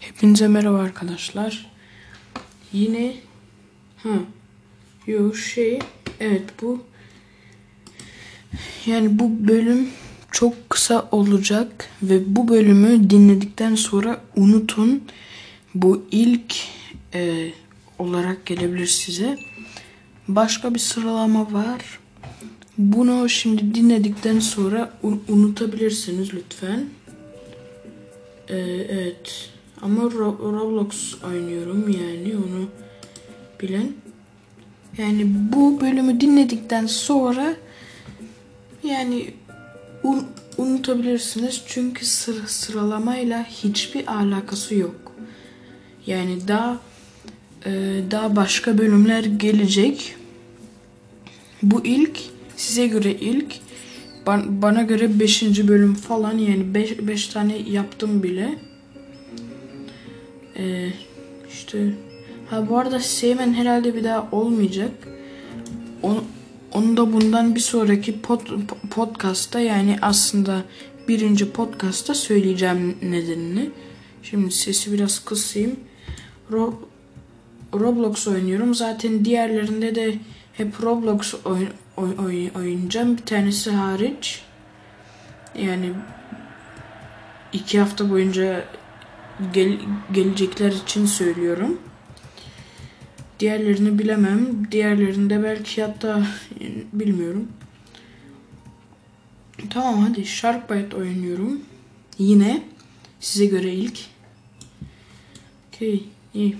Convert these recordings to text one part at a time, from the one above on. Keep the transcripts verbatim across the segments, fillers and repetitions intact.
Hepinize merhaba arkadaşlar. Yine ha yo şey evet bu yani bu bölüm çok kısa olacak ve bu bölümü dinledikten sonra unutun. Bu ilk e, olarak gelebilir size. Başka bir sıralama var. Bunu şimdi dinledikten sonra un- unutabilirsiniz lütfen. E, evet. Ama Ro- Roblox oynuyorum yani onu bilen. Yani bu bölümü dinledikten sonra yani un- unutabilirsiniz çünkü sır- sıralamayla hiçbir alakası yok. Yani daha e, daha başka bölümler gelecek. Bu ilk size göre ilk ban- bana göre beşinci bölüm falan yani beş tane yaptım bile. Ee, işte ha bu arada Seymen herhalde bir daha olmayacak. Onu, onu da bundan bir sonraki pod, podcast'ta yani aslında birinci podcast'ta söyleyeceğim nedenini. Şimdi sesi biraz kısayım. Ro, Roblox oynuyorum. Zaten diğerlerinde de hep Roblox oyn, oyn, oyn, oynayacağım. Bir tanesi hariç. Yani iki hafta boyunca gel, gelecekler için söylüyorum. Diğerlerini bilemem. Diğerlerinde belki hatta bilmiyorum. Tamam hadi Sharkbite oynuyorum. Yine size göre ilk. Okey iyi.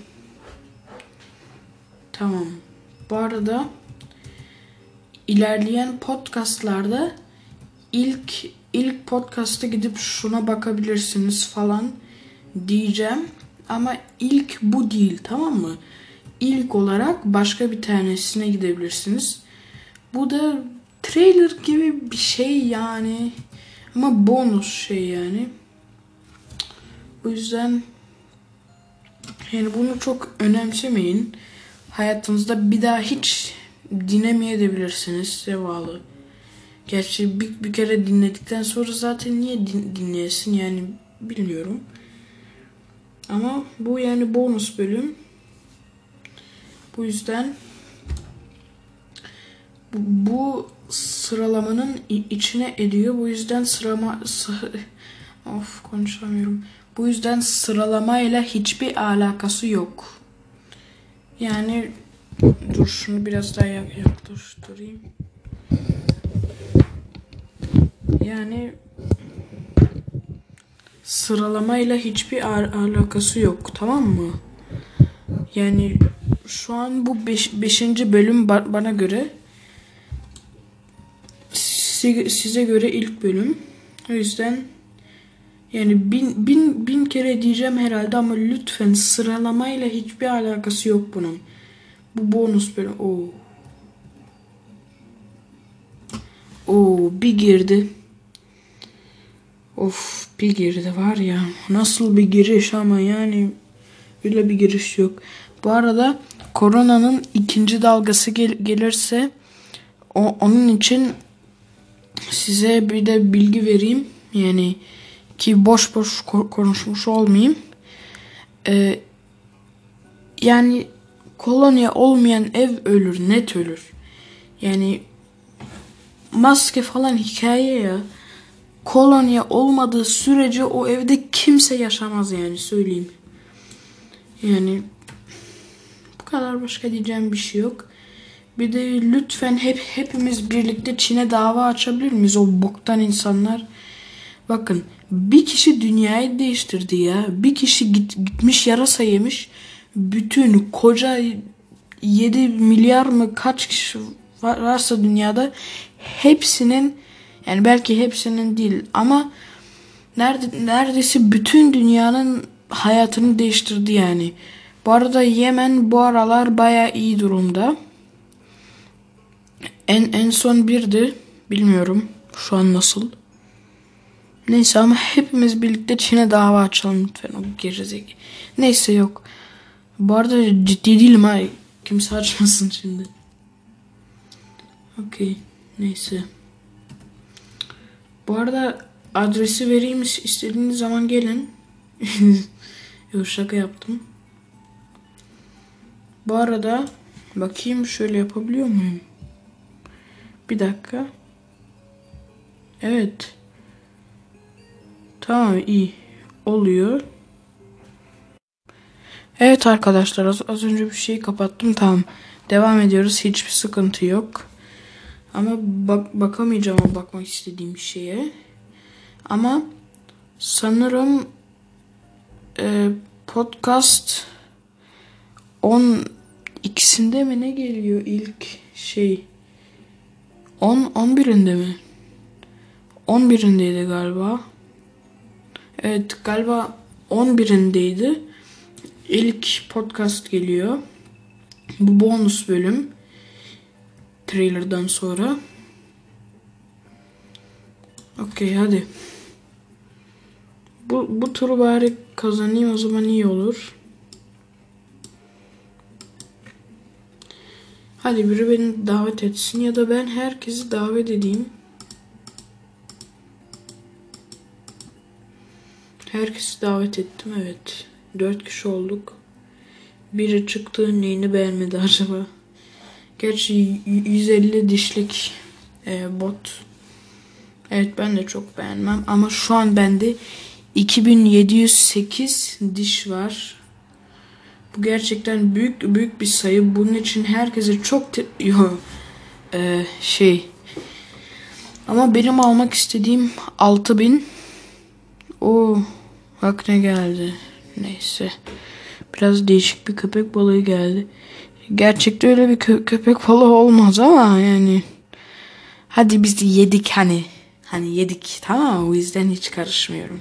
Tamam. Bu arada ilerleyen podcastlarda ilk ilk podcast'a gidip şuna bakabilirsiniz falan diyeceğim. Ama ilk bu değil, tamam mı? İlk olarak başka bir tanesine gidebilirsiniz. Bu da trailer gibi bir şey yani. Ama bonus şey yani. Bu yüzden yani bunu çok önemsemeyin. Hayatınızda bir daha hiç dinlemeyebilirsiniz. Size bağlı. Gerçi bir, bir kere dinledikten sonra zaten niye din, dinleyesin yani bilmiyorum. Ama bu yani bonus bölüm. Bu yüzden bu, bu sıralamanın içine ediyor. Bu yüzden sıralama sı- of konuşamıyorum. Bu yüzden sıralamayla hiçbir alakası yok. Yani dur şunu biraz daha yaklaştırayım. Yani sıralamayla hiçbir alakası yok, tamam mı? Yani şu an bu beş, beşinci bölüm bana göre size, size göre ilk bölüm. O yüzden yani bin, bin, bin kere diyeceğim herhalde ama lütfen sıralamayla hiçbir alakası yok bunun. Bu bonus bölüm. Oo. Oo bir girdi. Of bir girdi var ya. Nasıl bir giriş ama yani öyle bir giriş yok. Bu arada koronanın ikinci dalgası gel- gelirse o, onun için size bir de bilgi vereyim. Yani ki boş boş konuşmuş olmayayım. Ee, yani kolonya olmayan ev ölür, net ölür. Yani maske falan hikaye ya. Kolonya olmadığı sürece o evde kimse yaşamaz yani söyleyeyim. Yani bu kadar, başka diyeceğim bir şey yok. Bir de lütfen hep hepimiz birlikte Çin'e dava açabilir miyiz o boktan insanlar? Bakın bir kişi dünyayı değiştirdi ya. Bir kişi git, gitmiş yarasa yemiş. Bütün koca yedi milyar mı kaç kişi varsa dünyada hepsinin yani belki hepsinin değil ama nerede, neredeyse bütün dünyanın hayatını değiştirdi yani. Bu arada Yemen bu aralar baya iyi durumda. En en son birdi. Bilmiyorum şu an nasıl. Neyse ama hepimiz birlikte Çin'e dava açalım lütfen. O gerizek. Neyse yok. Bu arada ciddi değilim ha. Kimse açmasın şimdi. Okey. Neyse. Bu arada adresi vereyim, istediğiniz zaman gelin. Yok, şaka yaptım. Bu arada bakayım şöyle yapabiliyor muyum? Bir dakika. Evet. Tamam, iyi. Oluyor. Evet arkadaşlar, az, az önce bir şeyi kapattım. Tamam. Devam ediyoruz. Hiçbir sıkıntı yok. Ama bak bakamayacağım o bakmak istediğim şeye. Ama sanırım e, podcast on ikisinde mi ne geliyor ilk şey? on on birinde mi? on birindeydi galiba. Evet, galiba on birindeydi. İlk podcast geliyor. Bu bonus bölüm. Trailer'dan sonra. Okey, hadi. Bu, bu turu bari kazanayım, o zaman iyi olur. Hadi biri beni davet etsin ya da ben herkesi davet edeyim. Herkesi davet ettim, evet. Dört kişi olduk. Biri çıktı, neyini beğenmedi acaba? Gerçi yüz elli dişlik e, bot. Evet, ben de çok beğenmem ama şu an bende iki bin yedi yüz sekiz diş var. Bu gerçekten büyük büyük bir sayı. Bunun için herkese çok ee, şey. Ama benim almak istediğim altı bin. O bak ne geldi. Neyse. Biraz değişik bir köpek balığı geldi. Gerçekte öyle bir kö- köpek balığı olmaz ama yani. Hadi biz yedik hani. Hani yedik, tamam mı? O yüzden hiç karışmıyorum.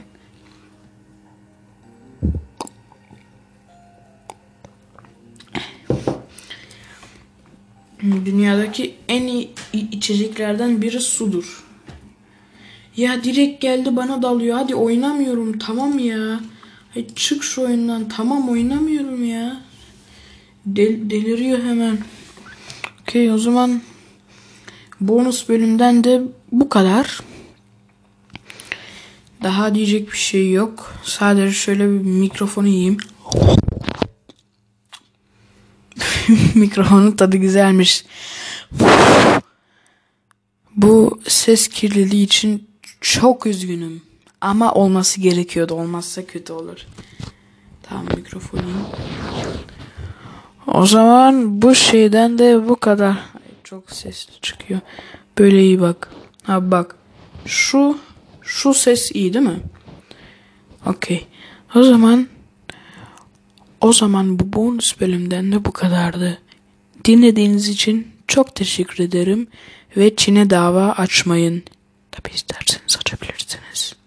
Dünyadaki en iyi içeceklerden biri sudur. Ya direkt geldi bana dalıyor. Hadi oynamıyorum, tamam ya. Hadi çık şu oyundan. Tamam, oynamıyorum ya. Del deliriyor hemen. Okey, o zaman bonus bölümden de bu kadar. Daha diyecek bir şey yok. Sadece şöyle bir mikrofonu yiyeyim. Mikrofonun tadı güzelmiş. Bu ses kirliliği için çok üzgünüm. Ama olması gerekiyordu. Olmazsa kötü olur. Tamam, mikrofonu yiyeyim. O zaman bu şeyden de bu kadar. Ay, çok sesli çıkıyor. Böyle iyi bak. Ha bak. Şu şu ses iyi değil mi? Okey. O zaman o zaman bu bonus bölümden de bu kadardı. Dinlediğiniz için çok teşekkür ederim ve Çin'e dava açmayın. Tabii isterseniz açabilirsiniz.